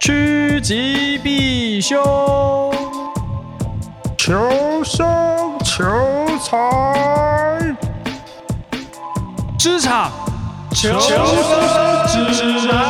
趋吉避凶， 求生求财， 职场求生指南。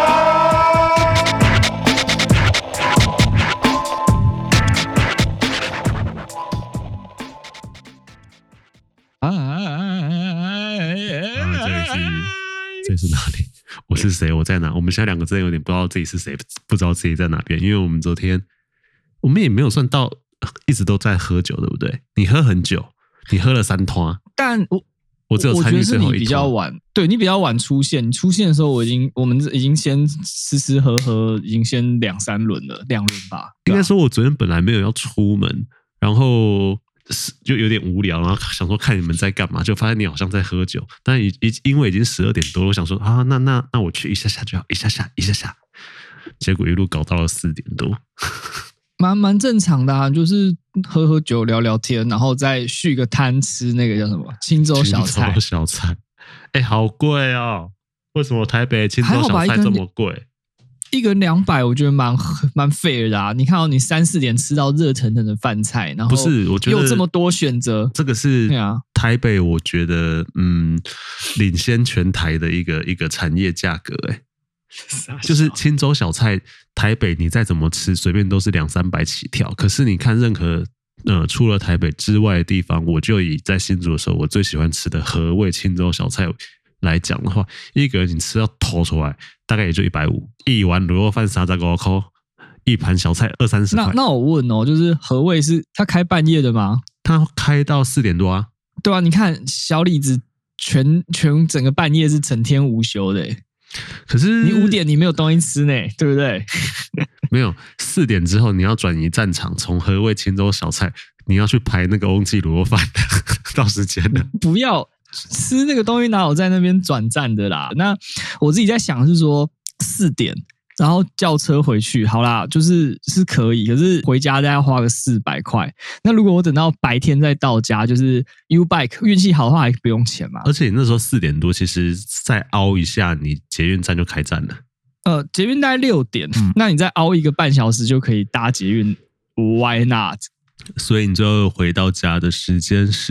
这是哪里？我是谁？我在哪？我们现在两个真的有点不知道自己是谁，不知道自己在哪边。因为我们昨天我们也没有算到一直都在喝酒，对不对？你喝很久，你喝了3团， 但我只有参与最后一团。 我觉得是你比较晚，对你比较晚出现。你出现的时候，我们已经先吃喝喝，已经先2-3轮了，2轮吧。 应该说，我昨天本来没有要出门，然后就有点无聊，然后想说看你们在干嘛，就发现你好像在喝酒，但因为已经12点多了，我想说啊，那我去一下下就好，一下下，结果一路搞到了4点多， 蛮正常的啊，就是喝酒聊聊天，然后再续个摊吃那个叫什么青州小菜。 青州小菜，好贵哦！为什么台北青州小菜这么贵？ 一个人200，我觉得蛮 fair 的啊！你看到你3-4点吃到热腾腾的饭菜，然后不是，我觉得有这么多选择， 这个是台北，我觉得领先全台的一个产业价格就是青州小菜，台北你再怎么吃，随便都是200-300起跳。可是你看任何除了台北之外的地方，我就以在新竹的时候，我最喜欢吃的和味青州小菜来讲的话，一个人你吃到头出来，大概也就150，一碗卤肉饭35块，一盘小菜20-30块。 那我问哦，就是和味是他开半夜的吗？ 他开到4点多啊。 对啊，你看小李子全整个半夜是整天无休的。 可是你5点你没有东西吃呢，对不对？ 没有，4点之后你要转移战场，从和味青州小菜，你要去排那个翁记卤肉饭，到时间了。 不要吃那个东西，哪有在那边转站的啦？那我自己在想是说4点，然后叫车回去，好啦，是可以，可是回家大概花个400块。那如果我等到白天再到家，就是 U-Bike 运气好的话还不用钱嘛。 而且你那时候4点多，其实再凹一下，你捷运站就开站了。 捷运大概6点，那你再凹1个半小时就可以搭捷运 ，Why not？ 所以你最后回到家的时间是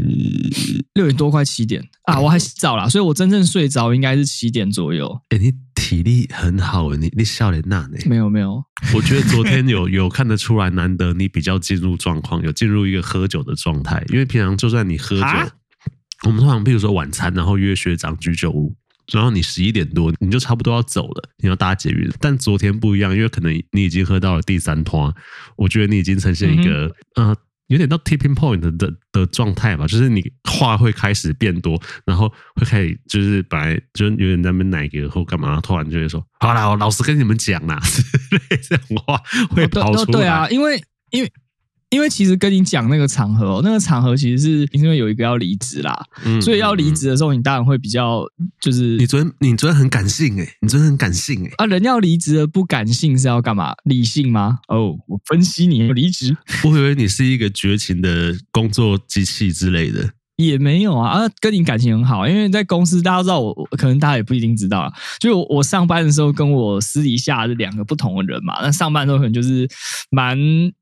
6点多快7点啊！我还洗澡啦，所以我真正睡着应该是7点左右。 你体力很好，你笑脸那呢？ 没有， 我觉得昨天有看得出来，难得你比较进入状况，有进入一个喝酒的状态。因为平常就算你喝酒，我们通常譬如说晚餐，然后约学长居酒屋。然后你11点多你就差不多要走了，你要搭捷运。但昨天不一样，因为可能你已经喝到了第3团，我觉得你已经呈现一个有点到 tipping point 的状态吧，就是你话会开始变多，然后会开始就是本来就有点在那边奶个或干嘛，突然就会说好啦，我老实跟你们讲啦之类这种话会跑出来。 对啊，因为其实跟你讲那个场合，那个场合其实是因为有一个要离职啦，所以要离职的时候，你当然会比较就是你昨天很感性你昨天很感性啊，人要离职了不感性是要干嘛？理性吗？我分析你离职， 我以为你是一个绝情的工作机器之类的。 也没有啊，跟你感情很好，因为在公司大家知道我，可能大家也不一定知道啦，就我上班的时候跟我私底下是2个不同的人嘛，那上班的时候可能就是蛮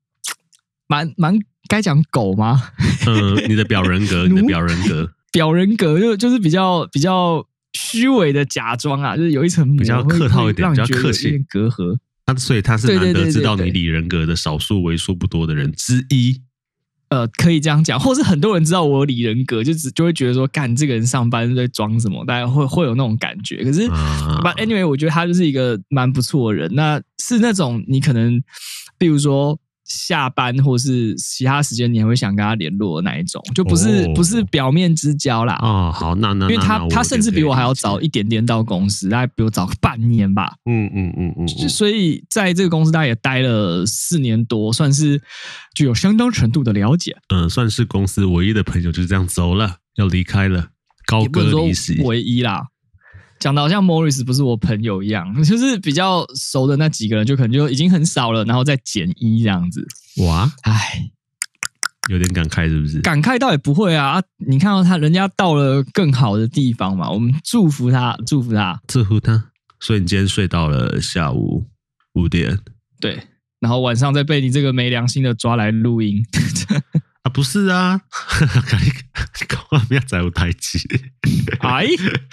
该讲狗吗？ 你的表人格， 表人格就是比较虚伪的假装啊，就是有一层膜， 比较客套一点，比较客气， 有点隔阂。 所以他是难得知道你理人格的少数为数不多的人之一。 可以这样讲，或是很多人知道我有理人格，就会觉得说，干这个人上班在装什么，大家会有那种感觉。可是，but anyway， 我觉得他就是一个蛮不错的人。那是那种你可能，比如说下班或是其他时间，你还会想跟他联络的那一种，就不是表面之交啦。 好，那因为他甚至比我还要早一点点到公司，大概比我早半年吧。所以在这个公司大概也待了4年多，算是具有相当程度的了解。 算是公司唯一的朋友就是这样走了，要离开了，高歌离席。 唯一啦。讲的好像 Morris 不是我朋友一样，就是比较熟的那几个人就可能就已经很少了，然后再减1这样子。 哇，有点感慨是不是？ 感慨倒也不会啊，你看到人家到了更好的地方嘛，我们祝福他。 所以你今天睡到了下午 5点， 对，然后晚上再被你这个没良心的抓来录音。 啊，不是啊，我明仔有代志。 哎，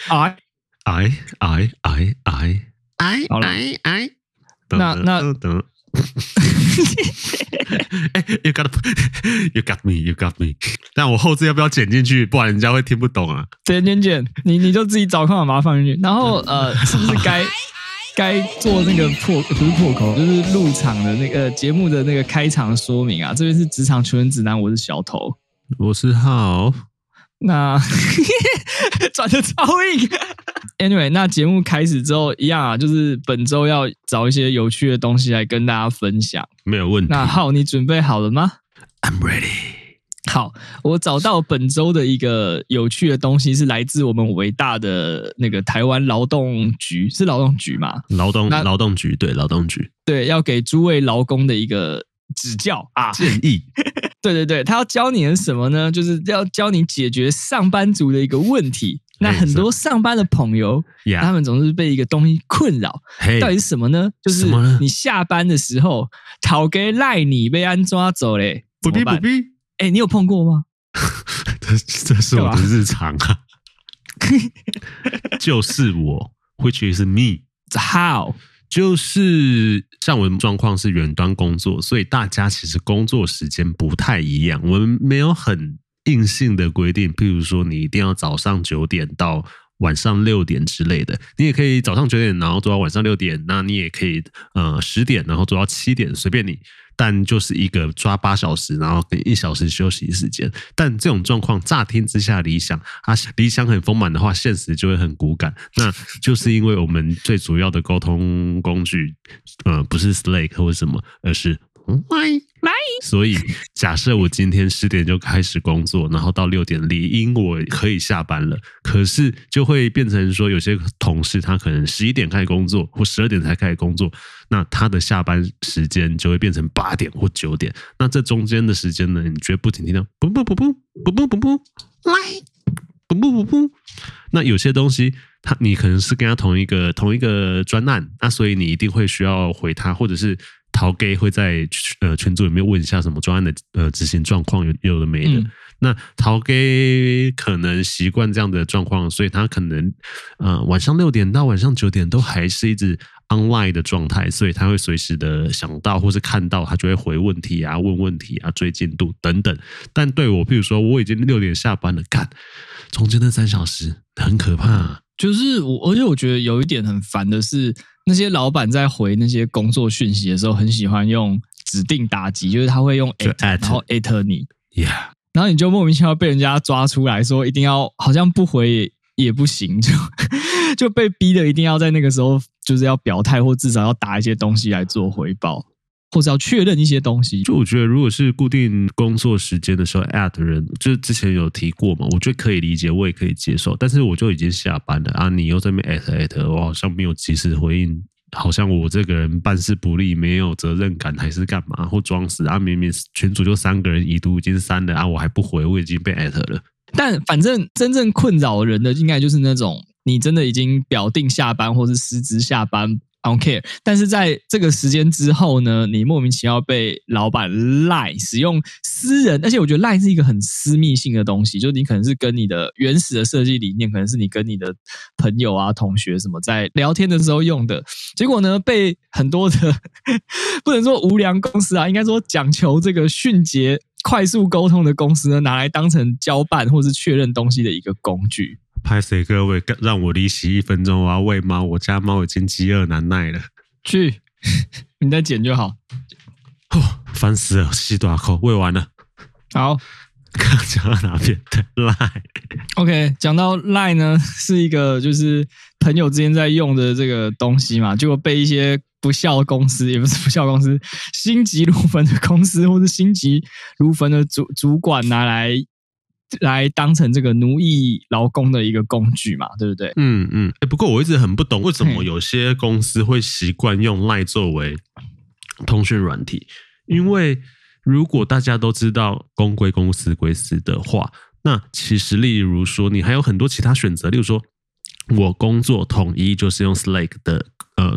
好了，那 you got me。但我后置要不要剪进去？不然人家会听不懂啊。 剪，你就自己找空把它放进去。然后是不是该做那个不是破口，就是入场的那个节目的那个开场说明啊？这边是职场求生指南，我是小头， 我是浩。 那转的超硬。Anyway， 那节目开始之后一样啊，就是本周要找一些有趣的东西来跟大家分享。 没有问题。 那浩，你准备好了吗？ I'm ready。 好，我找到本周的一个有趣的东西，是来自我们伟大的那个台湾劳动局，是劳动局吗？ 劳动局，对，劳动局， 对，要给诸位劳工的一个指教啊， 建议。 对，他要教你的什么呢？就是要教你解决上班族的一个问题。那很多上班的朋友，他们总是被一个东西困扰，到底是什么呢？就是你下班的时候，讨给赖你被安抓走嘞， 不必。 哎，你有碰过吗？ 这是我的日常啊，就是我 ，which is me。How？ 就是像我们状况是远端工作，所以大家其实工作时间不太一样，我们没有很硬性的规定，譬如说你一定要早上9点到晚上6点之类的，你也可以早上9点然后做到晚上6点，那你也可以10点然后做到7点，随便你。但就是一个抓8小时，然后跟1小时休息时间。但这种状况乍听之下理想理想很丰满的话，现实就会很骨感。那就是因为我们最主要的沟通工具，不是 Slack 或什么，而是所以假设我今天10点就开始工作，然后到6点理应我可以下班了，可是就会变成说有些同事他可能11点开始工作或12点才开始工作，那他的下班时间就会变成8点或9点，那这中间的时间呢，你觉得不停听到不不不不不不不不来不不不不，那有些东西你可能是跟他同一个专案，那所以你一定会需要回他，或者是陶 gay 会在群组里面问一下什么专案的执行状况，有的没的。那陶 gay 可能习惯这样的状况，所以他可能晚上6点到晚上9点都还是一直 online 的状态，所以他会随时的想到或是看到，他就会回问题啊、问问题啊、追进度等等。但对我，譬如说我已经6点下班了，干中间那3小时很可怕。 就是而且我觉得有一点很烦的是，那些老板在回那些工作讯息的时候，很喜欢用指定打击，就是他会用 at 然后 at 你，然后你就莫名其妙被人家抓出来说，一定要好像不回也不行，就被逼的一定要在那个时候就是要表态，或至少要打一些东西来做回报，或者要确认一些东西。 就我觉得，如果是固定工作时间的时候 at 人，就是之前有提过嘛，我觉得可以理解，我也可以接受。但是我就已经下班了啊，你又在那边 at， 我好像没有及时回应，好像我这个人办事不力，没有责任感，还是干嘛，或装死啊？明明群组就3个人，已读已经删了啊，我还不回，我已经被 at 了。 但反正真正困扰人的，应该就是那种你真的已经表定下班，或是实质下班。I don't care， 但是在这个时间之后呢，你莫名其妙被老板 LINE 使用私人，而且我觉得 LINE 是一个很私密性的东西，就是你可能是跟你的原始的设计理念，可能是你跟你的朋友啊、同学什么在聊天的时候用的，结果呢，被很多的不能说无良公司啊，应该说讲求这个迅捷、快速沟通的公司呢，拿来当成交办或是确认东西的一个工具。 拍谁各位，让我离席1分钟，我要喂猫，我家猫已经饥饿难耐了。 去，你再剪就好。 烦死了，吸大口，喂完了。 好， 刚讲到哪边的 Line？ OK， 讲到 Line 呢，是一个就是朋友之间在用的这个东西嘛，结果被一些不孝公司，也不是不孝公司，心急如焚的公司，或是心急如焚的主管拿来当成这个奴役劳工的一个工具嘛，对不对？ 不过我一直很不懂，为什么有些公司会习惯用 LINE 作为通讯软体？因为如果大家都知道公归公私归私的话，那其实例如说你还有很多其他选择，例如说我工作统一就是用 Slack 的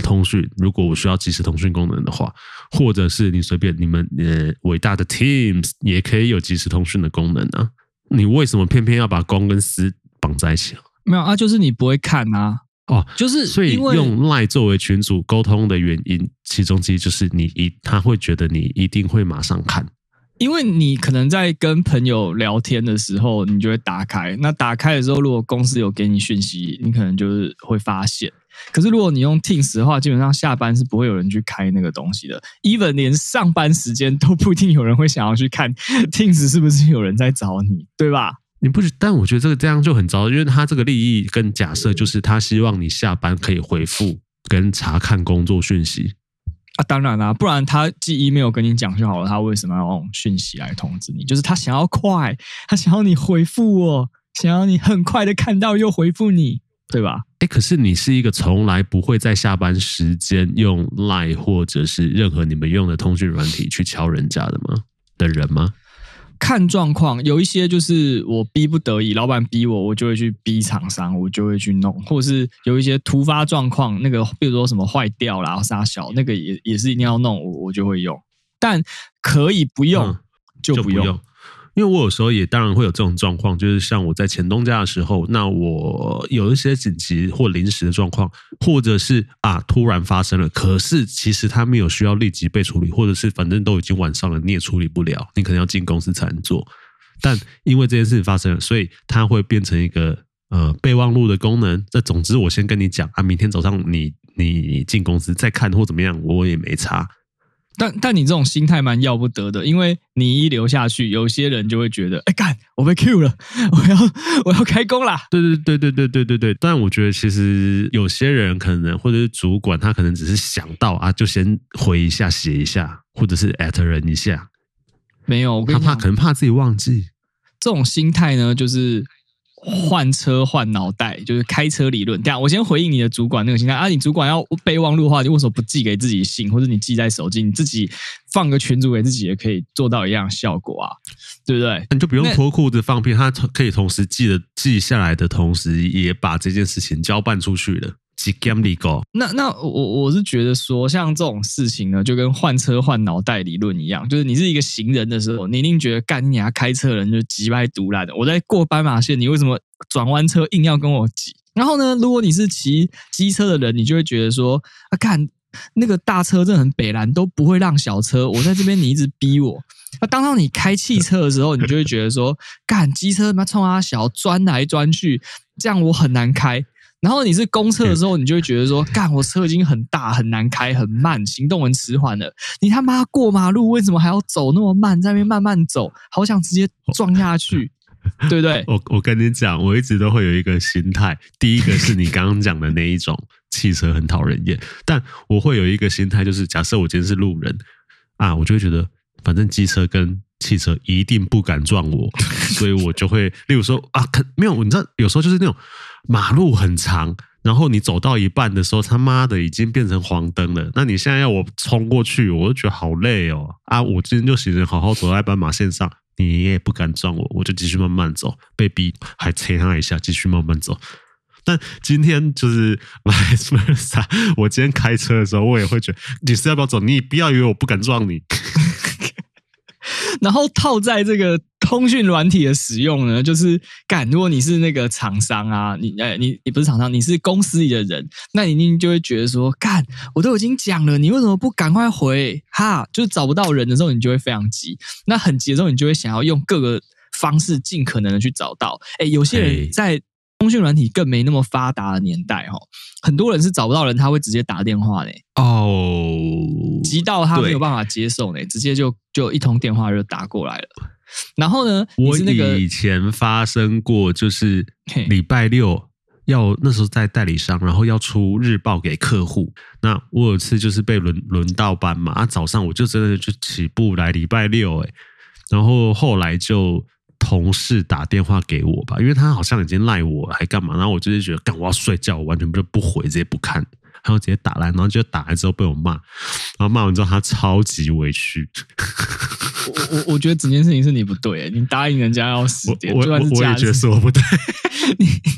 通讯，如果我需要即时通讯功能的话，或者是你随便你们伟大的 Teams 也可以有即时通讯的功能啊。你为什么偏偏要把公跟私绑在一起？ 没有啊，就是你不会看啊。 哦， 就是所以用 LINE 作为群组沟通的原因，其中之一就是他会觉得你一定会马上看， 因为你可能在跟朋友聊天的时候，你就会打开。那打开的时候，如果公司有给你讯息，你可能就是会发现。可是如果你用 Teams 的话，基本上下班是不会有人去开那个东西的。even 连上班时间都不一定有人会想要去看 Teams 是不是有人在找你，对吧？ 你不觉得？但我觉得这样就很糟，因为他这个利益跟假设就是他希望你下班可以回复跟查看工作讯息啊，当然啦，不然他寄 email 跟你讲就好了，他为什么要用讯息来通知你？就是他想要快，他想要你回复我，想要你很快的看到又回复你，对吧？ 可是你是一个从来不会在下班时间用 LINE 或者是任何你们用的通讯软体去敲人家的人吗？ 看状况，有一些就是我逼不得已，老板逼我，我就会去逼厂商，我就会去弄，或者是有一些突发状况，那个比如说什么坏掉啦、杀小，那个也是一定要弄，我就会用。但可以不用就不用。 因为我有时候也当然会有这种状况，就是像我在前东家的时候，那我有一些紧急或临时的状况，或者是突然发生了，可是其实它没有需要立即被处理，或者是反正都已经晚上了，你也处理不了，你可能要进公司才能做。但因为这件事情发生了，所以它会变成一个备忘录的功能。这总之我先跟你讲明天早上你进公司再看或怎么样，我也没差。 但你这种心态蛮要不得的，因为你一留下去，有些人就会觉得，干，我被 Q 了，我要开工啦。 对。但我觉得其实有些人可能或者是主管，他可能只是想到就先回一下、写一下，或者是 at 人一下。 没有，我跟你讲，他可能怕自己忘记。 这种心态呢，就是换车换脑袋，就是开车理论。这样，我先回应你的主管那个心态你主管要备忘录的话，你为什么不寄给自己信，或者你记在手机，你自己放个群组给自己，也可以做到一样的效果啊，对不对？ 你就不用脱裤子放屁，他可以同时记下来的同时，也把这件事情交办出去了。那我是觉得说，像这种事情呢，就跟换车换脑袋理论一样，就是你是一个行人的时候，你一定觉得干你开车的人就鸡掰毒烂的，我在过斑马线，你为什么转弯车硬要跟我挤？然后呢，如果你是骑机车的人，你就会觉得说，干那个大车真的很北蓝，都不会让小车，我在这边你一直逼我。那当到你开汽车的时候，你就会觉得说，干机车他妈冲他小钻来钻去，这样我很难开。然后你是公车的时候，你就会觉得说，干我车已经很大很难开很慢，行动很迟缓了，你他妈过马路为什么还要走那么慢，在那边慢慢走，好想直接撞下去，对不对？ 我跟你讲，我一直都会有一个心态，第一个是你刚刚讲的那一种汽车很讨人厌，但我会有一个心态，就是假设我今天是路人我就会觉得反正机车跟汽车一定不敢撞我，所以我就会例如说没有，你知道有时候就是那种马路很长，然后你走到一半的时候，他妈的已经变成黄灯了，那你现在要我冲过去，我就觉得好累哦我今天就行人好好走在斑马线上，你也不敢撞我，我就继续慢慢走，被逼还切他一下，继续慢慢走。但今天就是 vice versa， 我今天开车的时候，我也会觉得你是要不要走？你不要以为我不敢撞你。 然后套在这个通讯软体的使用呢，就是如果你是那个厂商你不是厂商，你是公司里的人，那你一定就会觉得说，我都已经讲了，你为什么不赶快回？就是找不到人的时候，你就会非常急。那很急的时候，你就会想要用各个方式尽可能的去找到。有些人在通讯软体更没那么发达的年代很多人是找不到人，他会直接打电话呢。急到他没有办法接受呢，直接就一通电话就打过来了。然后呢， 我以前发生过，就是礼拜六那时候在代理商，然后要出日报给客户。那我有一次就是被轮到班嘛，早上我就真的就起步来礼拜六然后后来就同事打电话给我吧，因为他好像已经赖我还干嘛，然后我就是觉得我要睡觉，我完全就不回，直接不看，然后直接打来，然后就打来之后被我骂，然后骂完之后他超级委屈。 我觉得整件事情是你不对，你答应人家要10点， 我也觉得是我不对。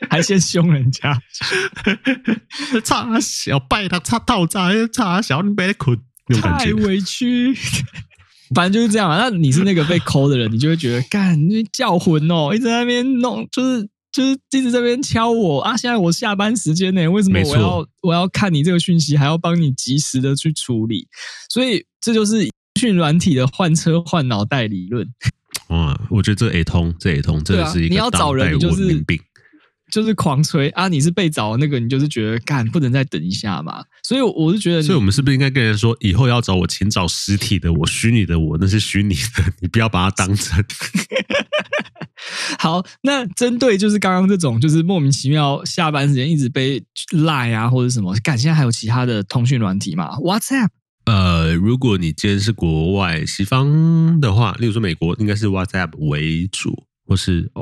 还先凶人家， 差小拜他差套炸，差小你别困， 太委屈。反正就是这样啊。那你是那个被抠的人，你就会觉得干你叫魂哦，一直在那边弄，就是一直在那边敲我啊！现在我下班时间呢，为什么我要看你这个讯息，还要帮你及时的去处理？所以这就是讯软体的换车换脑袋理论。 哇，我觉得这 A 通，这也是一个你要找人，你就是狂催啊！你是被找的那个，你就是觉得干不能再等一下嘛。所以我是觉得， 所以我们是不是应该跟人说，以后要找我，请找实体的我，虚拟的我那是虚拟的，你不要把它当真。 好，那针对就是刚刚这种，就是莫名其妙下班时间一直被赖啊或者什么，干现在还有其他的通讯软体吗 ？WhatsApp？ 如果你今天是国外西方的话，例如说美国，应该是 WhatsApp 为主，或是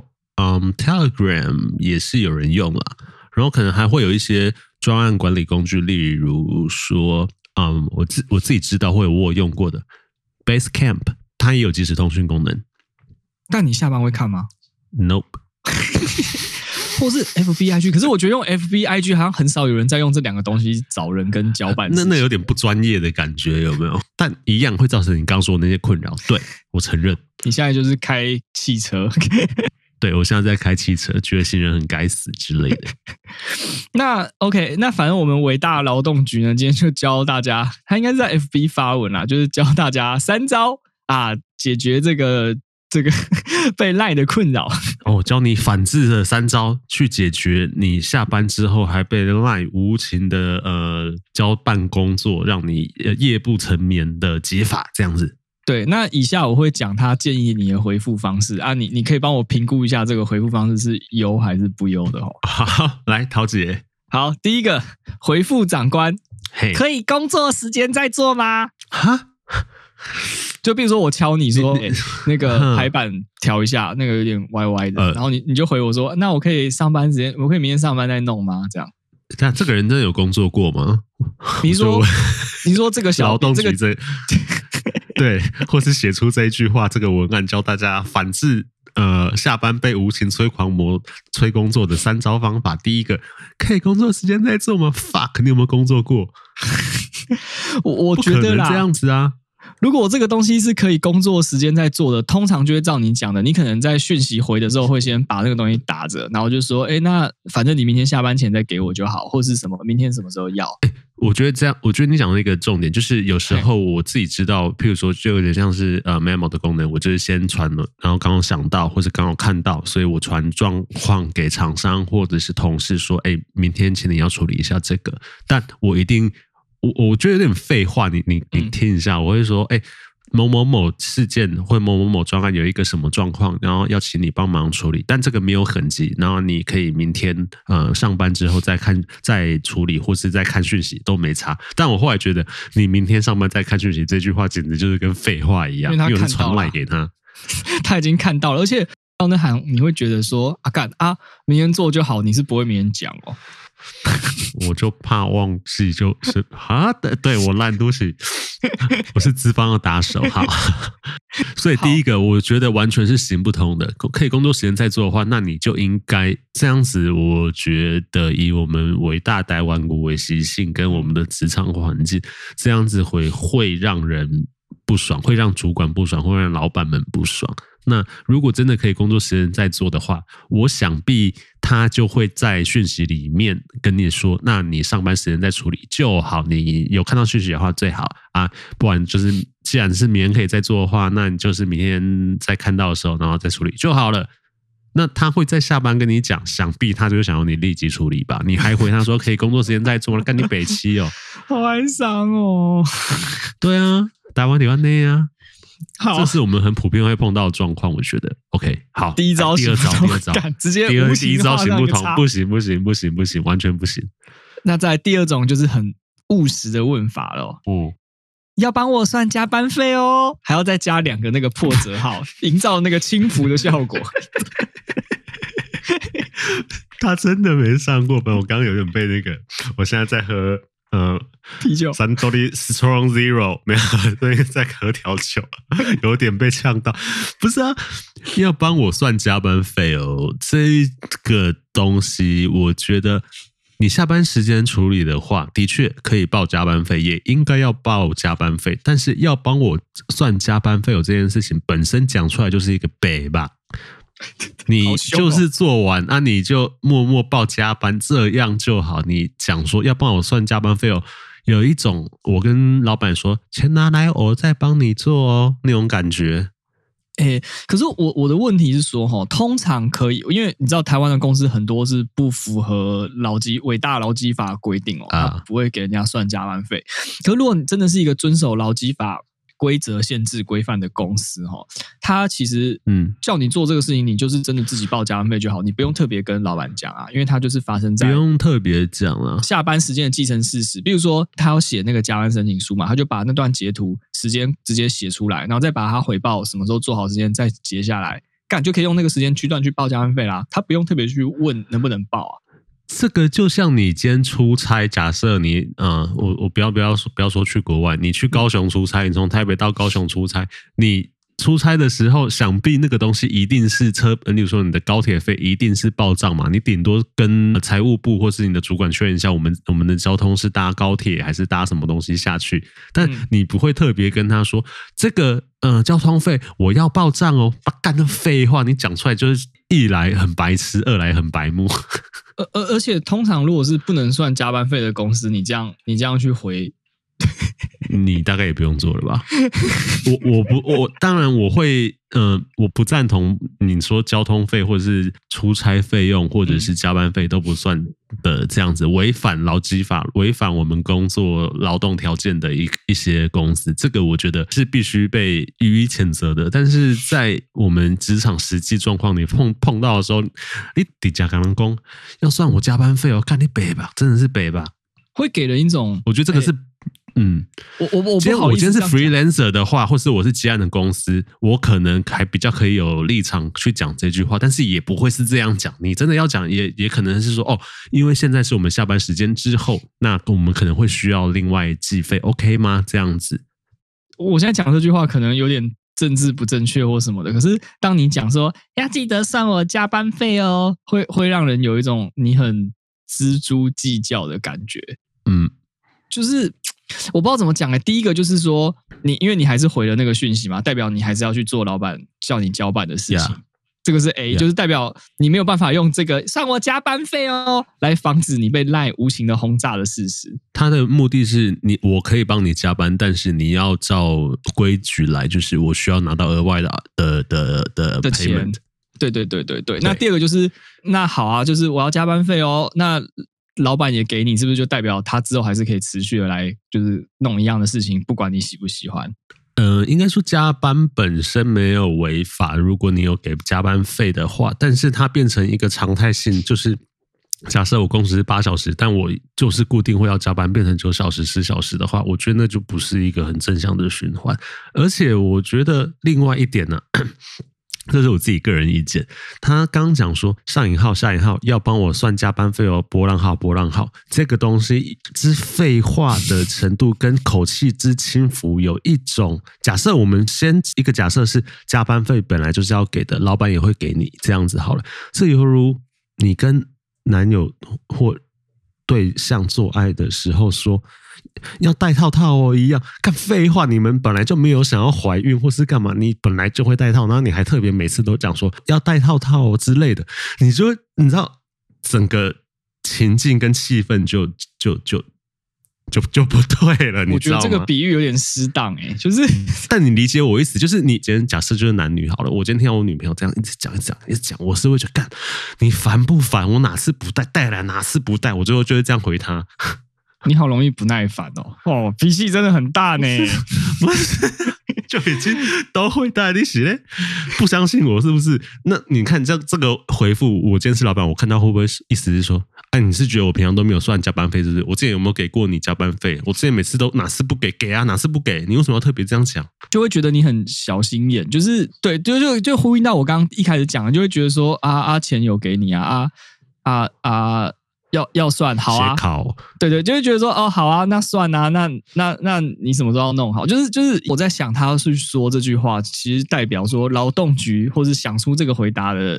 Telegram 也是有人用啦，然后可能还会有一些专案管理工具，例如说，我自己知道或者我有用过的 Basecamp， 它也有即时通讯功能。 但你下班会看吗 ？Nope 。 或是 FBIG， 可是我觉得用 FBIG 好像很少有人在用这两个东西找人跟交办。 那有点不专业的感觉，有没有？但一样会造成你刚说的那些困扰。对，我承认。 你现在就是开汽车。 对，我现在在开汽车，觉得新人很该死之类的。 那 OK， 那反正我们伟大劳动局呢，今天就教大家，他应该是在 FB 发文啦，就是教大家3招啊，解决这个被赖的困扰。 教你反制的3招，去解决你下班之后还被赖无情的交办工作，让你夜不成眠的解法，这样子。 对，那以下我会讲他建议你的回复方式啊，你可以帮我评估一下这个回复方式是优还是不优的哦。 好，来陶姐。 好，第一个回复长官，可以工作时间再做吗？哈？就比如说我敲你说那个排版调一下，那个有点歪歪的，然后你就回我说，那我可以上班时间，我可以明天上班再弄吗？这样。 但这个人真的有工作过吗？ 你说这个劳动局对，或是写出这一句话，这个文案教大家反制下班被无情催狂魔催工作的3招方法。第一个，可以工作时间再做吗 ？Fuck， 你有没有工作过？ 我觉得啦， 这样子啊。 如果这个东西是可以工作时间在做的，通常就会照你讲的，你可能在讯息回的时候会先把那个东西打着，然后就说，那反正你明天下班前再给我就好，或是什么明天什么时候要。 我觉得这样，我觉得你讲的一个重点就是，有时候我自己知道，譬如说，就有点像是memo 的功能，我就是先传了，然后刚刚想到或是刚好看到，所以我传状况给厂商或者是同事说，明天请你要处理一下这个，但我一定。我觉得有点废话，你听一下，我会说，某某某事件或某某某专案有一个什么状况，然后要请你帮忙处理，但这个没有痕迹，然后你可以明天上班之后再处理，或是再看讯息都没差。但我后来觉得，你明天上班再看讯息这句话简直就是跟废话一样，因为是传赖给他， 他已经看到了，而且到那行你会觉得说明天做就好，你是不会明天讲哦。 我就怕忘记，就是对我烂东西，我是资方的打手。好，所以第一个我觉得完全是行不通的。可以工作时间再做的话，那你就应该这样子。我觉得以我们伟大台湾国为习性跟我们的职场环境，这样子会让人不爽，会让主管不爽，会让老板们不爽。那如果真的可以工作时间再做的话，我想必他就会在讯息里面跟你说，那你上班时间再处理就好。你有看到讯息的话最好啊，不然就是既然是明天可以再做的话，那你就是明天再看到的时候，然后再处理就好了。那他会在下班跟你讲，想必他就是想要你立即处理吧？你还回他说可以工作时间再做，干你北七哦， 好哀伤哦。 对啊，台湾内啊。 好， 这是我们很普遍会碰到的状况，我觉得 OK。好， 第一招， 第二招， 直接第一招行不通，不行，完全不行。 那在第二种就是很务实的问法了，要帮我算加班费哦，还要再加2个那个破折号，营造那个轻浮的效果。 他真的没上过班，我刚刚有点被那个，我现在在喝。 啤酒三多利 Strong Zero 没有，对，在喝调酒，有点被呛到。不是啊，要帮我算加班费哦，这个东西，我觉得你下班时间处理的话，的确可以报加班费，也应该要报加班费。但是要帮我算加班费有这件事情本身讲出来就是一个北吧。你就是做完啊，你就默默报加班，这样就好。你讲说要帮我算加班费哦，有一种我跟老板说钱拿来，我再帮你做哦，那种感觉。 可是我的问题是说，通常可以，因为你知道台湾的公司很多是不符合伟大劳基法规定他不会给人家算加班费。可是如果你真的是一个遵守劳基法规则、限制、规范的公司他其实叫你做这个事情，你就是真的自己报加班费就好，你不用特别跟老板讲啊，因为它就是发生在不用特别讲啊， 下班时间的既成事实。比如说他要写那个加班申请书嘛，他就把那段截图时间直接写出来，然后再把他回报什么时候做好时间再截下来，干就可以用那个时间区段去报加班费啦，他不用特别去问能不能报啊。 这个就像你今天出差，假设你我不要说去国外，你去高雄出差，你从台北到高雄出差，你出差的时候，想必那个东西一定是例如说你的高铁费一定是报账嘛，你顶多跟财务部或是你的主管确认一下，我们的交通是搭高铁还是搭什么东西下去，但你不会特别跟他说这个交通费我要报账哦，干的废话，你讲出来就是一来很白痴，二来很白目。 而且通常如果是不能算加班费的公司，你这样去回， 你大概也不用做了吧？我当然我会我不赞同你说交通费或者是出差费用或者是加班费都不算的这样子，违反劳基法、违反我们工作劳动条件的一些公司，这个我觉得是必须被予以谴责的。但是在我们职场实际状况，你碰到的时候，你底下跟人讲要算我加班费哦，看你北吧，真的是北吧， 会给人一种， 我觉得这个是。我今天是 freelancer 的话，或是我是接案的公司，我可能还比较可以有立场去讲这句话，但是也不会是这样讲。你真的要讲，也可能是说因为现在是我们下班时间之后，那我们可能会需要另外计费 ，OK 吗？这样子。 我现在讲这句话可能有点政治不正确或什么的，可是当你讲说要记得算我加班费哦，会让人有一种你很锱铢计较的感觉。就是我不知道怎么讲第一个就是说因为你还是回了那个讯息嘛，代表你还是要去做老板叫你交办的事情。这个是 A， 就是代表你没有办法用这个算我加班费哦来防止你被 LINE 无情的轰炸的事实。他的目的是我可以帮你加班，但是你要照规矩来，就是我需要拿到额外的 payment。对。那第二个就是那好啊，就是我要加班费哦，那老板也给你，是不是就代表他之后还是可以持续的来就是弄一样的事情，不管你喜不喜欢？应该说加班本身没有违法，如果你有给加班费的话，但是它变成一个常态性，就是假设我工时是8小时，但我就是固定会要加班，变成9小时、10小时的话，我觉得那就不是一个很正向的循环。而且我觉得另外一点呢。这是我自己个人意见。他刚刚讲说上引号下引号要帮我算加班费哦，波浪号这个东西之废话的程度跟口气之轻浮，有一种假设，我们先一个假设是加班费本来就是要给的，老板也会给你，这样子好了。这犹如你跟男友或对象做爱的时候说要戴套套哦一样，干废话，你们本来就没有想要怀孕或是干嘛，你本来就会戴套，然后你还特别每次都讲说要戴套套哦之类的，你知道整个情境跟气氛就不对了，你知道吗？ 我觉得这个比喻有点失当就是， 但你理解我意思，就是你今天假设就是男女好了，我今天听到我女朋友这样一直讲，我是会觉得干你烦不烦？我哪次不带来哪次不带，我最后就会这样回他。 你好容易不耐烦哦，脾气真的很大呢。 不是，就已经都会带利息嘞，不相信我是不是？那你看这个回复，我今天是老板，我看到会不会意思是说，你是觉得我平常都没有算加班费，是不是？我之前有没有给过你加班费？我之前每次都哪次不给啊？哪次不给？你为什么要特别这样讲？就会觉得你很小心眼，就是对，就呼应到我刚刚一开始讲的，就会觉得说钱有给你要算好啊，对，就会觉得说好啊，那算啊，那你什么时候要弄好？就是我在想，他要去说这句话，其实代表说劳动局或是想出这个回答的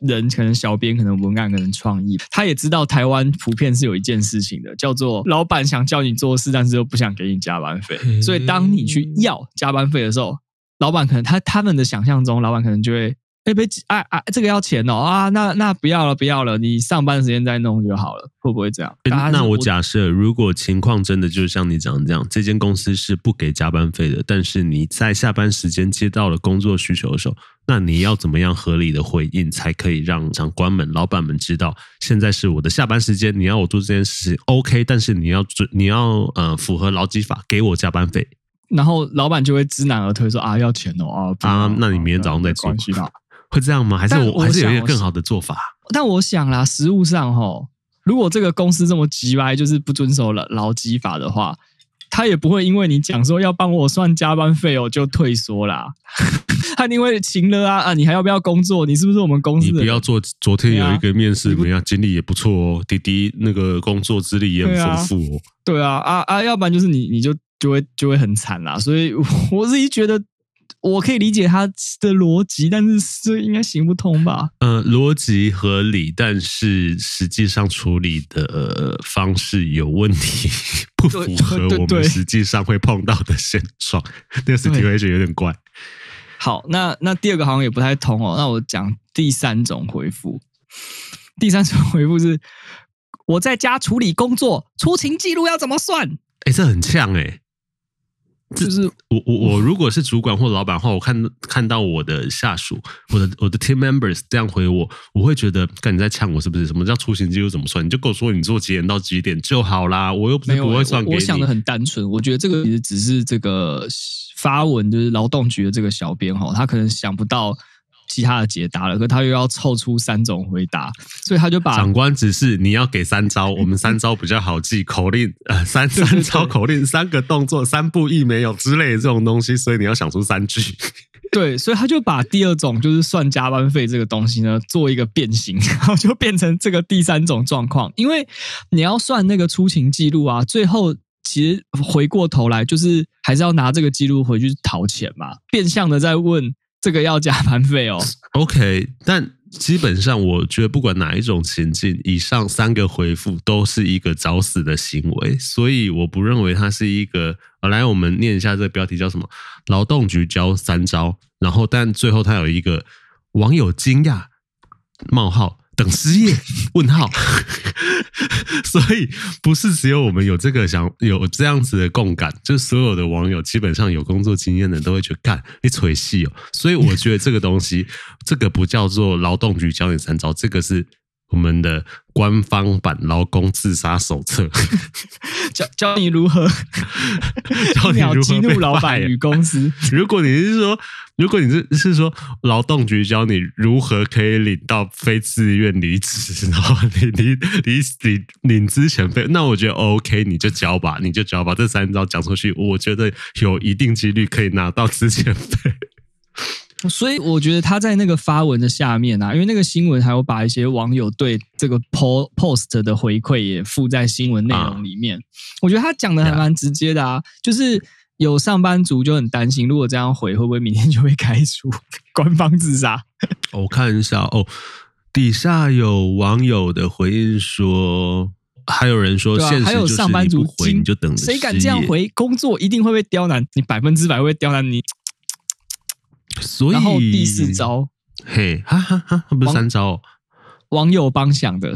人，可能小编，可能文案，可能创意，他也知道台湾普遍是有一件事情的，叫做老板想叫你做事，但是又不想给你加班费。所以当你去要加班费的时候，老板可能他们的想象中，老板可能就会这个要钱哦啊，那不要了，你上班时间再弄就好了，会不会这样？ 那我假设如果情况真的就像你讲的这样，这间公司是不给加班费的，但是你在下班时间接到了工作需求的时候，那你要怎么样合理的回应，才可以让长官们、老板们知道，现在是我的下班时间，你要我做这件事 OK， 但是你要符合劳基法，给我加班费。 然后老板就会知难而退说啊，要钱哦那你明天早上再做。会这样吗？还是有一个更好的做法？ 但我想啦，实务上如果这个公司这么急掰，就是不遵守劳基法的话，他也不会因为你讲说要帮我算加班费就退缩啦。他一定会请了啊！你还要不要工作？你是不是我们公司的人？ 你不要做。昨天有一个面试，怎么样？经历也不错哦，弟弟那个工作资历也很丰富哦。 对啊，要不然就是你就会很惨啦。所以我自己觉得。我可以理解他的逻辑，但是这应该行不通吧？ 逻辑合理，但是实际上处理的方式有问题，不符合我们实际上会碰到的现状。那个 situation 有点怪。 好，那第二个好像也不太通哦。那我讲第三种回复。第三种回复是我在家处理工作，出勤记录要怎么算？ 这很呛就是我如果是主管或老板的话，我看到我的下属，我的 team members 这样回我会觉得，干你在呛我是不是？什么叫出勤记录怎么算？你就跟我说你做几点到几点就好啦，我又不是不会算给你。 我想的很单纯，我觉得这个其实只是这个发文就是劳动局的这个小编他可能想不到其他的解答了，可他又要凑出3种回答，所以他就把长官指示你要给3招，我们3招比较好记，口令三招口令，3个动作，3步1没有之类的这种东西，所以你要想出3句。 对，所以他就把第2种就是算加班费这个东西呢做一个变形，然后就变成这个第3种状况，因为你要算那个出勤记录啊，最后其实回过头来就是还是要拿这个记录回去讨钱嘛，变相的在问。这个要加班费哦。 OK， 但基本上我觉得不管哪一种情境，以上3个回复都是一个找死的行为，所以我不认为它是一个。来，我们念一下这个标题叫什么？劳动局教3招，然后但最后它有一个网友惊讶冒号等失业问号，所以不是只有我们有这个有这样子的共感，就是所有的网友基本上有工作经验的都会觉得干你吹戏哦，所以我觉得这个东西，这个不叫做劳动局教你3招，这个是我们的官方版劳工自杀手册， 教你如何激怒老板与公司。 如果你是说劳动局教你如何可以领到非自愿离职，然后领资遣费，那我觉得 OK， 你就交吧，这3招讲出去，我觉得有一定几率可以拿到资遣费。 所以我觉得他在那个发文的下面啊，因为那个新闻还有把一些网友对这个 post 的回馈也附在新闻内容里面。我觉得他讲的还蛮直接的啊，就是有上班族就很担心，如果这样回，会不会明天就会开除官方自杀？ 我看一下哦，底下有网友的回应说，还有人说现实就是你不回你就等着失业， 谁敢这样回，工作一定会被刁难，你100%会被刁难你。 所以， 然后第4招， 嘿，不是3招哦， 网友帮想的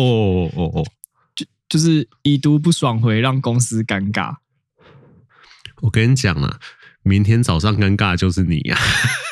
就是已读不爽回，让公司尴尬。 我跟你讲啊，明天早上尴尬的就是你呀！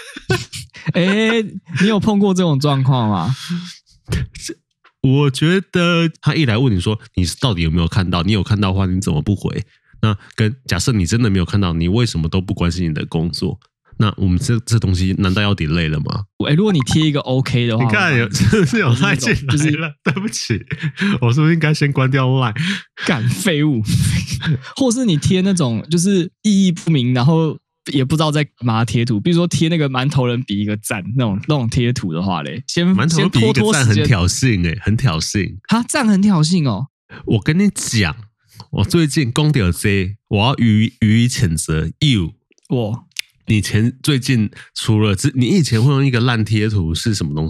你有碰过这种状况吗？ 我觉得他一来问你说你到底有没有看到，你有看到的话你怎么不回？那跟假设你真的没有看到，你为什么都不关心你的工作？那我们这东西难道要 delay 了吗？ 如果你贴一个 OK 的话， 你看是有赖进来了，对不起，我是不是应该先关掉赖？ 干废物，或是你贴那种就是意义不明，然后也不知道在干嘛贴图，比如说贴那个馒头人比一个赞那种贴图的话嘞， 馒头人比一个赞很挑衅很挑衅哈，赞很挑衅哦。 我跟你讲，我最近讲到这，我要予以谴责。你最近除了你以前会用一个烂贴图是什么东西？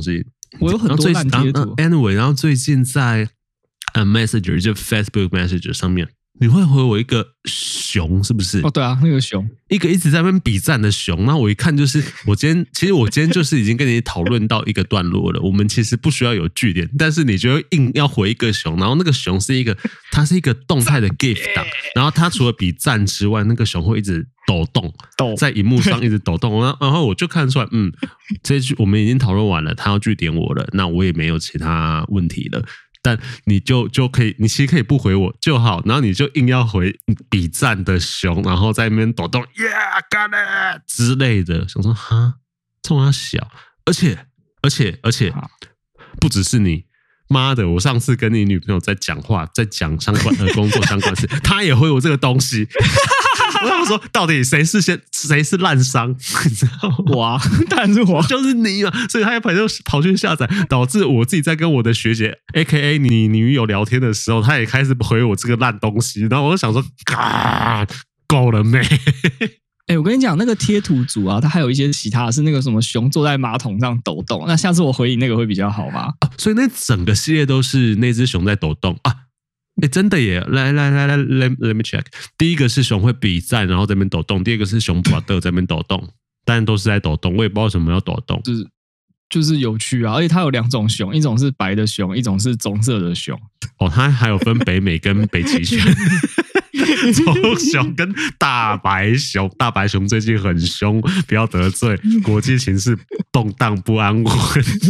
我有很多烂贴图。 Anyway， 然后最近在Messenger 就 Facebook Messenger 上面，你会回我一个熊，是不是？ 哦，对啊，那个熊， 一个一直在那边比赞的熊。那我一看就是我今天就是已经跟你讨论到一个段落了，我们其实不需要有句点，但是你就硬要回一个熊，然后那个熊它是一个动态的 GIF 档，然后它除了比赞之外，那个熊会一直抖动，在荧幕上一直抖动，然后我就看出来，这一句我们已经讨论完了，他要句点我了，那我也没有其他问题了。但你就可以，你其实可以不回我就好，然后你就硬要回比赞的熊，然后在那边抖动 ，Yeah got it 之类的，想说哈，这么小，而且，不只是你，妈的，我上次跟你女朋友在讲话，在讲相关的工作相关事，她也回我这个东西。我想说，到底谁是烂商？你知道吗？ 我啊，当然是我， 就是你嘛。所以他就跑去下载，导致我自己在跟我的学姐 ，AKA 你女友聊天的时候，他也开始回我这个烂东西。然后我就想说，够了没？ 我跟你讲，那个贴图组啊，它还有一些其他的是那个什么熊坐在马桶上抖动。那下次我回你那个会比较好吗？ 所以那整个系列都是那只熊在抖动啊。真的耶！来 ，let me check。第一个是熊会比赞，然后在那边抖动；第二个是熊 brother 在那边抖动，但都是在抖动。我也不知道为什么要抖动， 就是有趣啊！而且它有2种熊，一种是白的熊，一种是棕色的熊。 哦，它还有分北美跟北极熊。棕熊跟大白熊，大白熊最近很凶，不要得罪，国际情势动荡不安稳。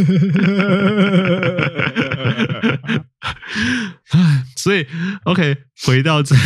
所以 OK， 回到这，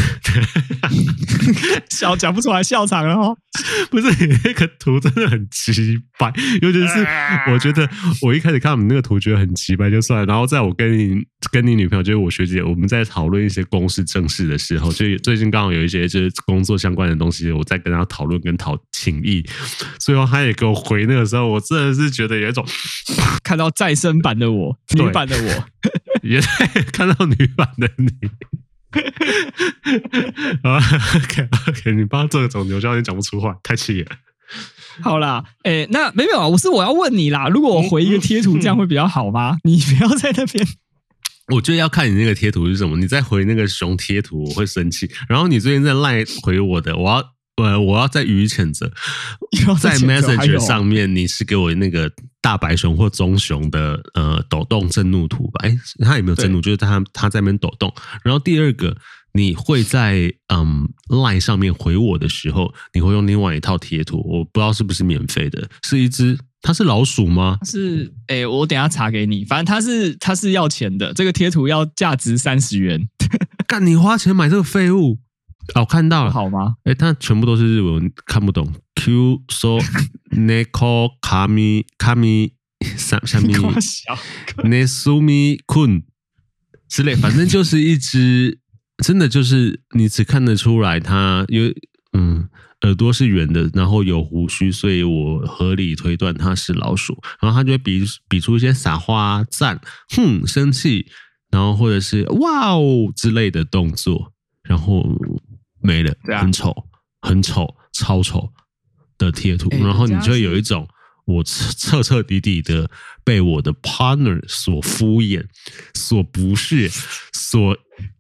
笑讲不出来笑场了哦。 不是你那个图真的很奇怪，尤其是我觉得我一开始看到你那个图觉得很奇怪就算了，然后在我跟你女朋友就是我学姐，我们在讨论一些公事正事的时候，就最近刚好有一些就是工作相关的东西，我在跟她讨论跟请益，最后她也给我回那个时候，我真的是觉得有一种看到再生版的我，女版的我。 也看到女版的你。OK， 你帮他做个肿瘤，叫你讲不出话，太气了。 好啦，那没有啊，我要问你啦，如果我回一个贴图，这样会比较好吗？你不要在那边。 我觉得要看你那个贴图是什么，你再回那个熊贴图，我会生气。然后你最近在赖回我的，我要再予以谴责。在 Messenger 上面，你是给我那个大白熊或棕熊的抖动震怒图吧？他有没有震怒？就是他在那边抖动。然后第二个，你会在Line 上面回我的时候，你会用另外一套贴图，我不知道是不是免费的，是一只。它是老鼠吗？ 是，我等一下查给你。反正它是要钱的，这个贴图要价值30元。 干，你花钱买这个废物？哦，看到了， 好吗？ 它全部都是日文，看不懂。Q so neko kami 什么 Nesumi kun 之类，反正就是一只，真的就是你只看得出来它有耳朵是圆的，然后有胡须，所以我合理推断它是老鼠。然后它就会比出一些撒花、赞、生气，然后或者是哇哦之类的动作，然后没了，很丑，很丑，超丑的贴图。然后你就会有一种我彻彻底底的被我的 partner 所敷衍、所不屑、所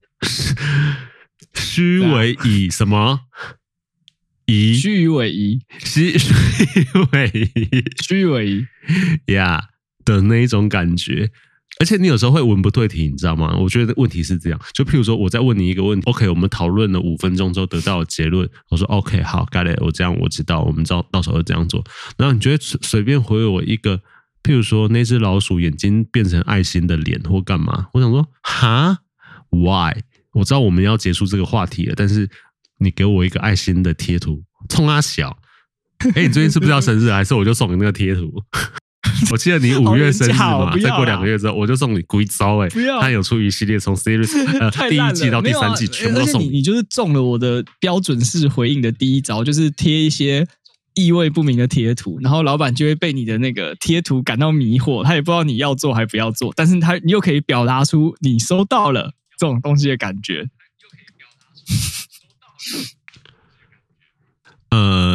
虚伪以什么？ 虚伪仪呀的那一种感觉，而且你有时候会文不对题，你知道吗？我觉得问题是这样，就譬如说我在问你一个问题 ，OK， 我们讨论了5分钟之后得到的结论，我说 OK 好 got it， 我知道，我们到时候这样做，然后你就会随便回我一个，譬如说那只老鼠眼睛变成爱心的脸或干嘛，我想说哈 why？ 我知道我们要结束这个话题了，但是你给我一个爱心的贴图，冲他小。你最近是不是要生日？还是我就送你那个贴图？我记得你5月生日嘛，再过2个月之后，我就送你贵招他有出一系列从 series 第1季到第3季全部都送你就是中了我的标准式回应的第一招，就是贴一些意味不明的贴图，然后老板就会被你的那个贴图感到迷惑，他也不知道你要做还不要做，但是你又可以表达出你收到了这种东西的感觉。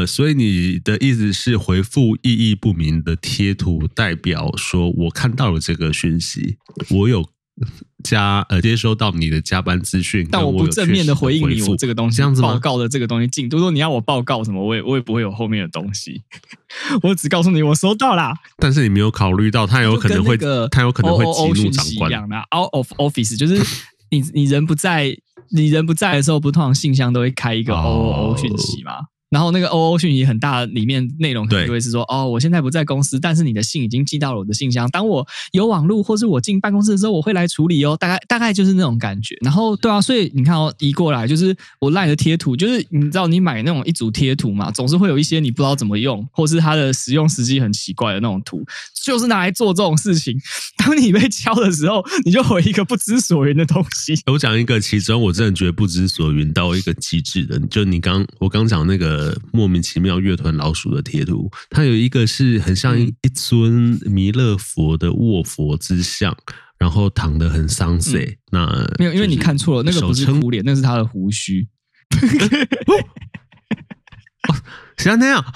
所以你的意思是回复意义不明的贴图，代表说我看到了这个讯息，我有接收到你的加班资讯， 但我不正面的回应你我这个东西， 这样子吗？ 报告的这个东西进度，如果你要我报告什么，我也不会有后面的东西，我只告诉你我收到啦。但是你没有考虑到，他有可能会激怒长官。 一样的 ，out of office 就是你人不在的时候，不通常信箱都会开一个 OOO 讯息吗？然后那个 OO 讯息很大，里面内容可能就会是说，我现在不在公司，但是你的信已经寄到了我的信箱。当我有网络或是我进办公室的时候，我会来处理哦。大概就是那种感觉。然后对啊，所以你看移过来就是我 LINE 的贴图，就是你知道你买那种一组贴图嘛，总是会有一些你不知道怎么用，或是它的使用时机很奇怪的那种图，就是拿来做这种事情。当你被敲的时候，你就回一个不知所云的东西。 我讲一个，其中我真的觉得不知所云到一个极致的，就我刚讲那个莫名其妙乐团老鼠的贴图，它有一个是很像一尊弥勒佛的卧佛之像，然后躺得很丧色。那没有，因为你看错了，那个不是哭脸，那是他的胡须。 像那样，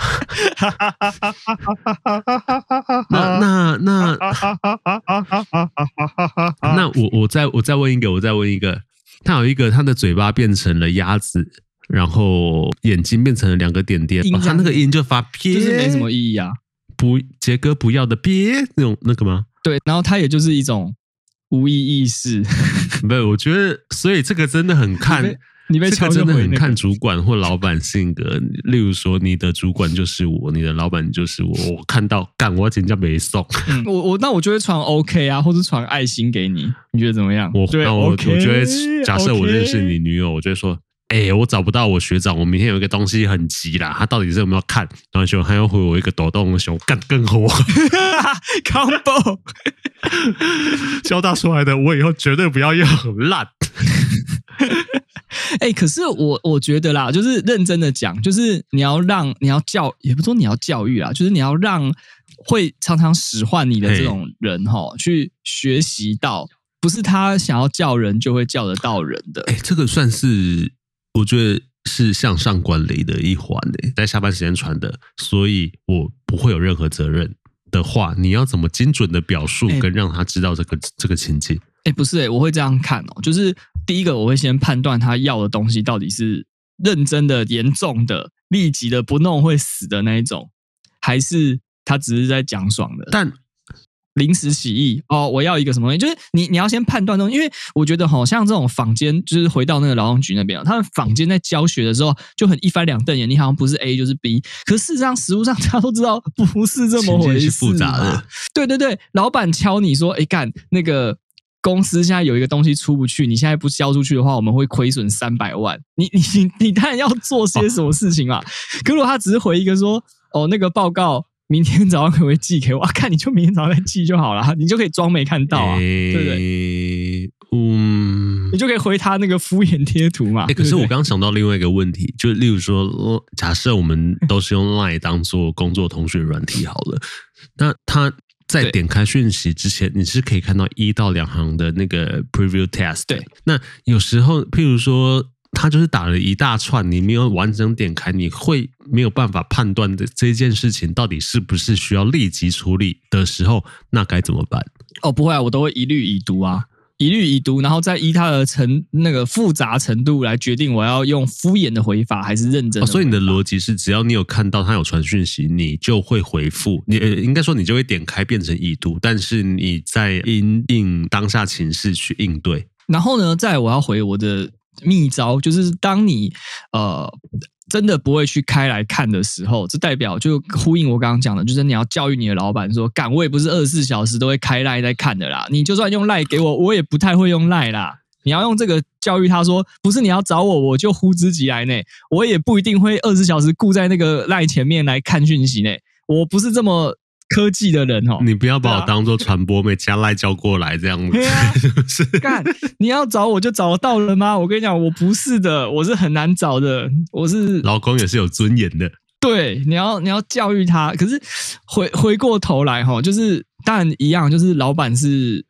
那我再问一个，他有一个他的嘴巴变成了鸭子，然后眼睛变成了2个点点，他那个音就发撇， 就是没什么意义啊。 杰哥不要的撇那个吗？ 对，然后他也就是一种无意意识。 不，我觉得，所以这个真的很看。 你被这个真的很看主管或老板性格。例如说，你的主管就是我，你的老板就是我。我看到干，我要人家没送。 那我就会传 OK 啊，或者传爱心给你，你觉得怎么样？ 我觉得，假设我认识你女友，我就会说，我找不到我学长，我明天有一个东西很急啦，他到底是有没有看？然后就还要回我一个抖动的熊，干更火。combo 交大出来的，我以后绝对不要用，很烂。 可是我觉得啦，就是认真的讲，就是你要也不是说你要教育啦，就是你要让会常常使唤你的这种人去学习到，不是他想要叫人就会叫得到人的。 这个算是我觉得是向上管理的一环在下班时间传的，所以我不会有任何责任的话，你要怎么精准的表述跟让他知道这个情境？ 不是我会这样看就是第一个我会先判断他要的东西到底是认真的、严重的、立即的不弄会死的那一种，还是他只是在讲爽的。但临时起意我要一个什么东西，就是你要先判断东西，因为我觉得像这种坊间，就是回到那个劳动局那边他们坊间在教学的时候就很一翻两瞪眼，你好像不是 A 就是 B， 可是事实上实务上大家都知道不是这么回事， 是复杂的。 对对对，老板敲你说干那个公司现在有一个东西出不去，你现在不交出去的话，我们会亏损300万。你当然要做些什么事情嘛？可如果他只是回一个说那个报告明天早上可不可以寄给我？看你就明天早上再寄就好了，你就可以装没看到啊，对不对？你就可以回他那个敷衍贴图嘛。 可是我刚想到另外一个问题，就例如说，假设我们都是用 LINE 当做工作通讯软体好了，那他在点开讯息之前，你是可以看到1到2行的那个 preview test。对，那有时候，譬如说，他就是打了一大串，你没有完整点开，你会没有办法判断这件事情到底是不是需要立即处理的时候，那该怎么办？ 不会啊，我都会一律已读啊。一律已读，然后再依它的那个复杂程度来决定我要用敷衍的回法还是认真的回法。 所以你的逻辑是，只要你有看到他有传讯息，你就会回复。你应该说你就会点开变成已读，但是你在因应当下情势去应对。 然后呢，再来我要回我的秘招，就是当你真的不会去开来看的时候，这代表就呼应我刚刚讲的，就是你要教育你的老板说，干我也不是24小时都会开 LINE 在看的啦，你就算用 LINE 给我，我也不太会用 LINE 啦。你要用这个教育他说，不是你要找我，我就呼之即来呢，我也不一定会24小时顾在那个 LINE 前面来看讯息呢，我不是这么科技的人你不要把我当做传播妹加赖叫过来这样子， 是干你要找我就找得到了吗？我跟你讲，我不是的，我是很难找的，我是老公也是有尊严的。 对，你要教育他。可是回过头来就是当然一样，就是老板是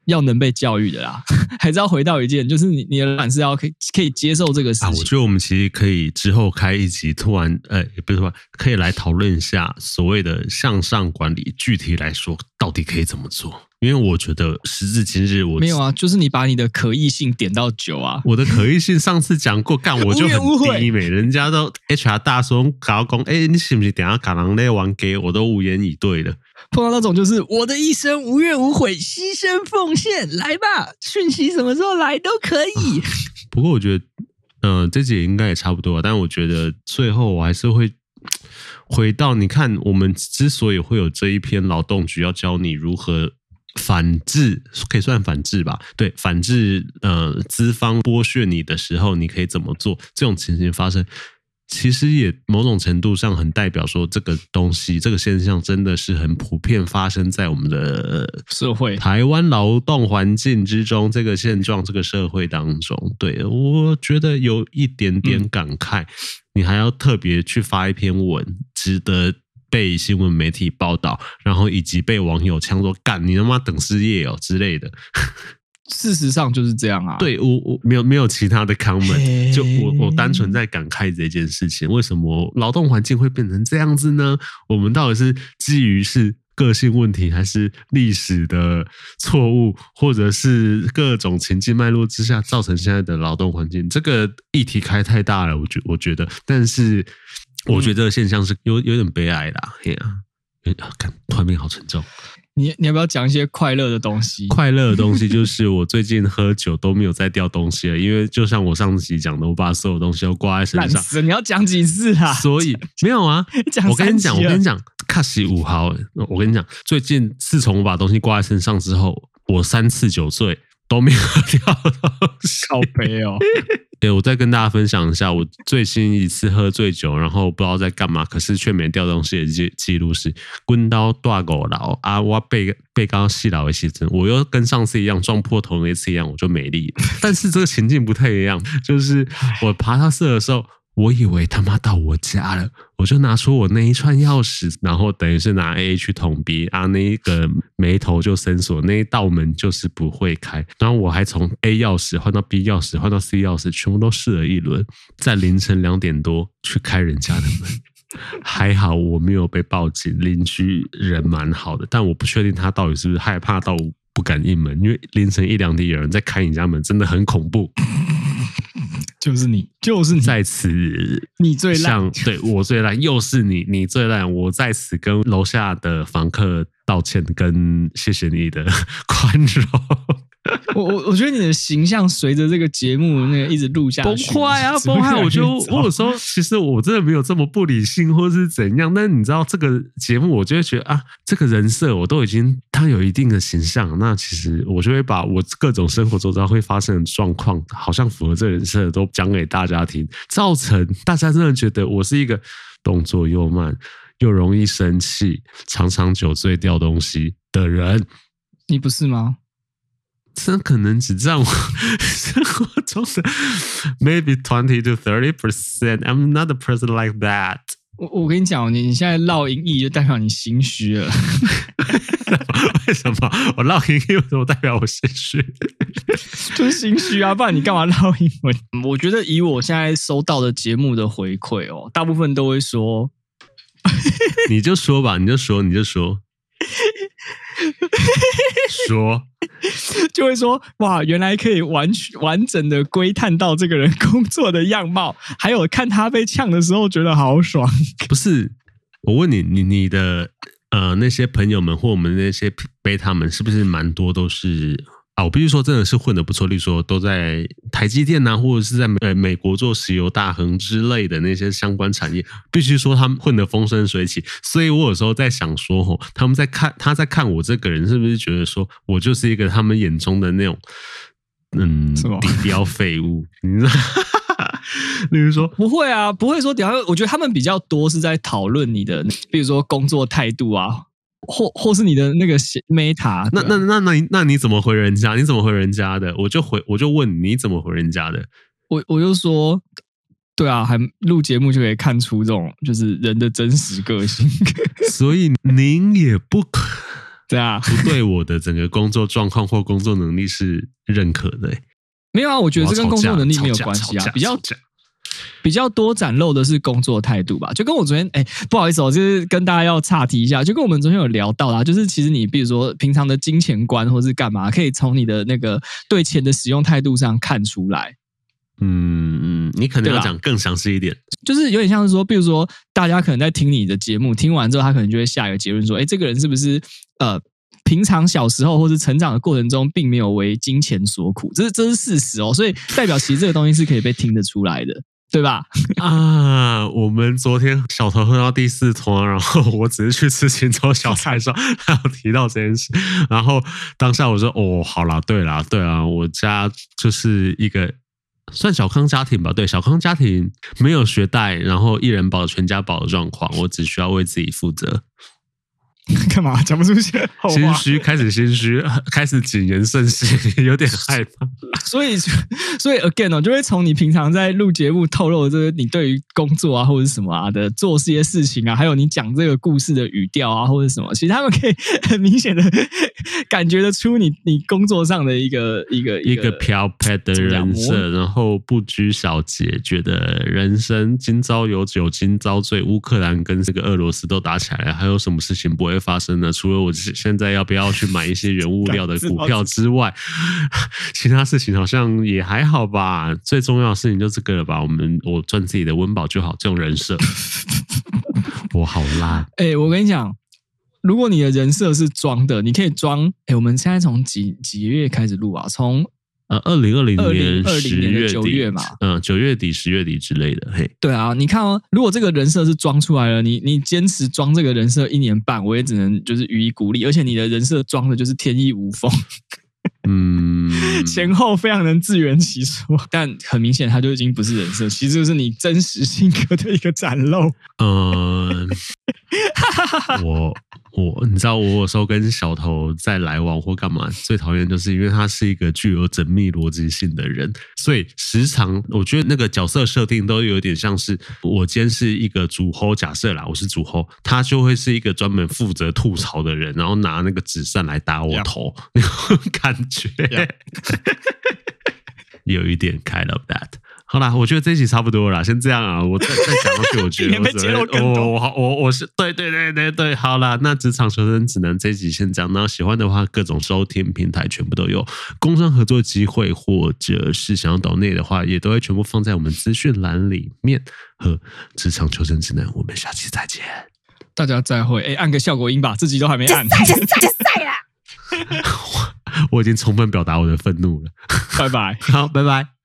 要能被教育的啦，还是要回到一件，就是你的老板是要可以接受这个事情。 我觉得我们其实可以之后开一集，也不是说可以来讨论一下所谓的向上管理，具体来说到底可以怎么做？因为我觉得时至今日我， 没有啊，就是你把你的可议性点到9啊。 我的可议性上次讲过，干我就很低美，人家都 HR 大说搞讲，你是不是等一下搞人类玩给我都无言以对了。 碰到那种就是我的一生无怨无悔，牺牲奉献，来吧，讯息什么时候来都可以。 不过我觉得，这集应该也差不多了，但我觉得最后我还是会回到，你看，我们之所以会有这一篇劳动局要教你如何反制，可以算反制吧？对，反制资方剥削你的时候，你可以怎么做？这种情形发生，其实也某种程度上很代表说，这个东西、这个现象真的是很普遍发生在我们的社会、 台湾劳动环境之中，这个现状、这个社会当中。对，我觉得有一点点感慨，你还要特别去发一篇文，值得被新闻媒体报道，然后以及被网友呛说干你他妈等失业哦之类的。 事实上就是这样啊。 对，我没有其他的 comment， 就我单纯在感慨这件事情，为什么劳动环境会变成这样子呢？我们到底是基于是个性问题，还是历史的错误，或者是各种情境脉络之下造成现在的劳动环境？这个议题开太大了，我觉得，但是我觉得这个现象是有点悲哀啦。看突然变好沉重。 你要不要讲一些快乐的东西？ 快乐的东西就是我最近喝酒都没有再掉东西了，因为就像我上集讲的，我把所有东西都挂在身上。 烂死了，你要讲几次啦？ 所以没有啊，我跟你讲，卡西5号，我跟你讲，最近自从我把东西挂在身上之后，我3次酒醉都没有掉东西， 靠北哦。 对，我再跟大家分享一下我最新一次喝醉酒，然后不知道在干嘛，可是却没掉东西的记录是滚到大狗牢啊！我被刚刚细老的牺牲，我又跟上次一样撞破头那次一样，我就没力了。但是这个情境不太一样，就是我爬到4的时候，我以为他妈到我家了，我就拿出我那一串钥匙，然后等于是拿 AA 去捅 B 啊，那一个眉头就伸锁，那一道门就是不会开。然后我还从 A 钥匙换到 B 钥匙，换到 C 钥匙，全部都试了一轮，在凌晨2点多去开人家的门。还好我没有被报警，邻居人蛮好的，但我不确定他到底是不是害怕到不敢应门，因为凌晨1、2点有人在开你家门，真的很恐怖。 就是你在此， 你最烂， 对，我最烂，又是你最烂，我在此跟楼下的房客道歉，跟谢谢你的宽容。 我觉得你的形象随着这个节目那个一直录下去， 崩坏啊，崩坏！我有时候其实我真的没有这么不理性，或是怎样。但你知道这个节目，我就会觉得啊，这个人设我都已经他有一定的形象，那其实我就会把我各种生活周遭会发生的状况，好像符合这人设都讲给大家听，造成大家真的觉得我是一个动作又慢又容易生气、常常酒醉掉东西的人。 你不是吗？ 这可能只占我生活中的 maybe 20 to 30%. I'm not a person like that. 我跟你讲，你现在烙音译就代表你心虚了。 为什么我烙音译为什么代表我心虚？ 就是心虚啊，不然你干嘛烙英文？我觉得以我现在收到的节目的回馈哦，大部分都会说， 你就说吧，你就说。说就会说哇，原来可以完整的窥探到这个人工作的样貌，还有看他被呛的时候觉得好爽。 不是，我问你的那些朋友们或我们那些beta们，是不是蛮多都是啊？我必须说真的是混得不错，例如说都在台积电啊，或者是在美国做石油大亨之类的那些相关产业，必须说他们混得风生水起。所以我有时候在想说，他在看我这个人，是不是觉得说我就是一个他们眼中的那种底标废物？你知道？例如说不会啊，不会说底标。我觉得他们比较多是在讨论你的，比如说工作态度啊。或是你的那个 meta， 那你怎么回人家？你怎么回人家的？我就问你怎么回人家的？ 我就说，对啊，还录节目就可以看出这种就是人的真实个性。 所以您也不可， 对啊， 不对我的整个工作状况或工作能力是认可的、欸。 没有啊，我觉得这跟工作能力没有关系啊，比较多展露的是工作态度吧。就跟我昨天，不好意思哦，就是跟大家要岔题一下，就跟我们昨天有聊到啦，就是其实你比如说平常的金钱观或是干嘛，可以从你的那个对钱的使用态度上看出来。 你可能要讲更详细一点， 就是有点像是说，比如说大家可能在听你的节目，听完之后他可能就会下一个结论说，这个人是不是平常小时候或是成长的过程中并没有为金钱所苦，这是事实哦，所以代表其实这个东西是可以被听得出来的。对吧？ 我们昨天小头喝到第4团，然后我只是去吃青州小菜的时候，他有提到这件事，然后当下我说好啦，对啦，我家就是一个算小康家庭吧，对，小康家庭没有学贷，然后一人保全家保的状况，我只需要为自己负责。 干嘛讲不出些后话？ 开始心虚，开始谨言慎行，有点害怕。 所以 again 就会从你平常在录节目透露的这个你对于工作啊或者什么啊的做这些事情啊，还有你讲这个故事的语调啊或者什么，其实他们可以很明显的感觉得出你工作上的一个漂泊的人设，然后不拘小节，觉得人生今朝有酒今朝醉，乌克兰跟这个俄罗斯都打起来了，还有什么事情不会发生呢？除了我现在要不要去买一些原物料的股票之外，其他事情好像也还好吧。最重要的事情就这个了吧？我赚自己的温饱就好，这种人设我好烂。 我跟你讲，如果你的人设是装的，你可以装。我们现在从几月开始录啊？从 2020年10月 9月嘛 ，9月底10月底之类的。嘿， 对啊，你看哦，如果这个人设是装出来了，你坚持装这个人设1年半，我也只能就是予以鼓励。而且你的人设装的就是天衣无缝，前后非常能自圆其说。但很明显，它就已经不是人设，其实就是你真实性格的一个展露。 你知道我有时候跟小头在来往或干嘛，最讨厌就是因为他是一个具有缜密逻辑性的人，所以时常我觉得那个角色设定都有点像是我今天是一个主吼，假设啦我是主吼，他就会是一个专门负责吐槽的人，然后拿那个纸扇来打我头，那种感觉有一点 kind of that。好啦，我觉得这一集差不多了啦，先这样啊。我再讲下去，我觉得我是对，好啦，那职场求生指南这一集先这样。那喜欢的话，各种收听平台全部都有，工商合作机会或者是想要抖内的话，也都会全部放在我们资讯栏里面。和职场求生指南，我们下期再见， 大家再会。按个效果音吧，自己都还没按。 就晒啦！ 我已经充分表达我的愤怒了。 拜拜， 好，拜拜。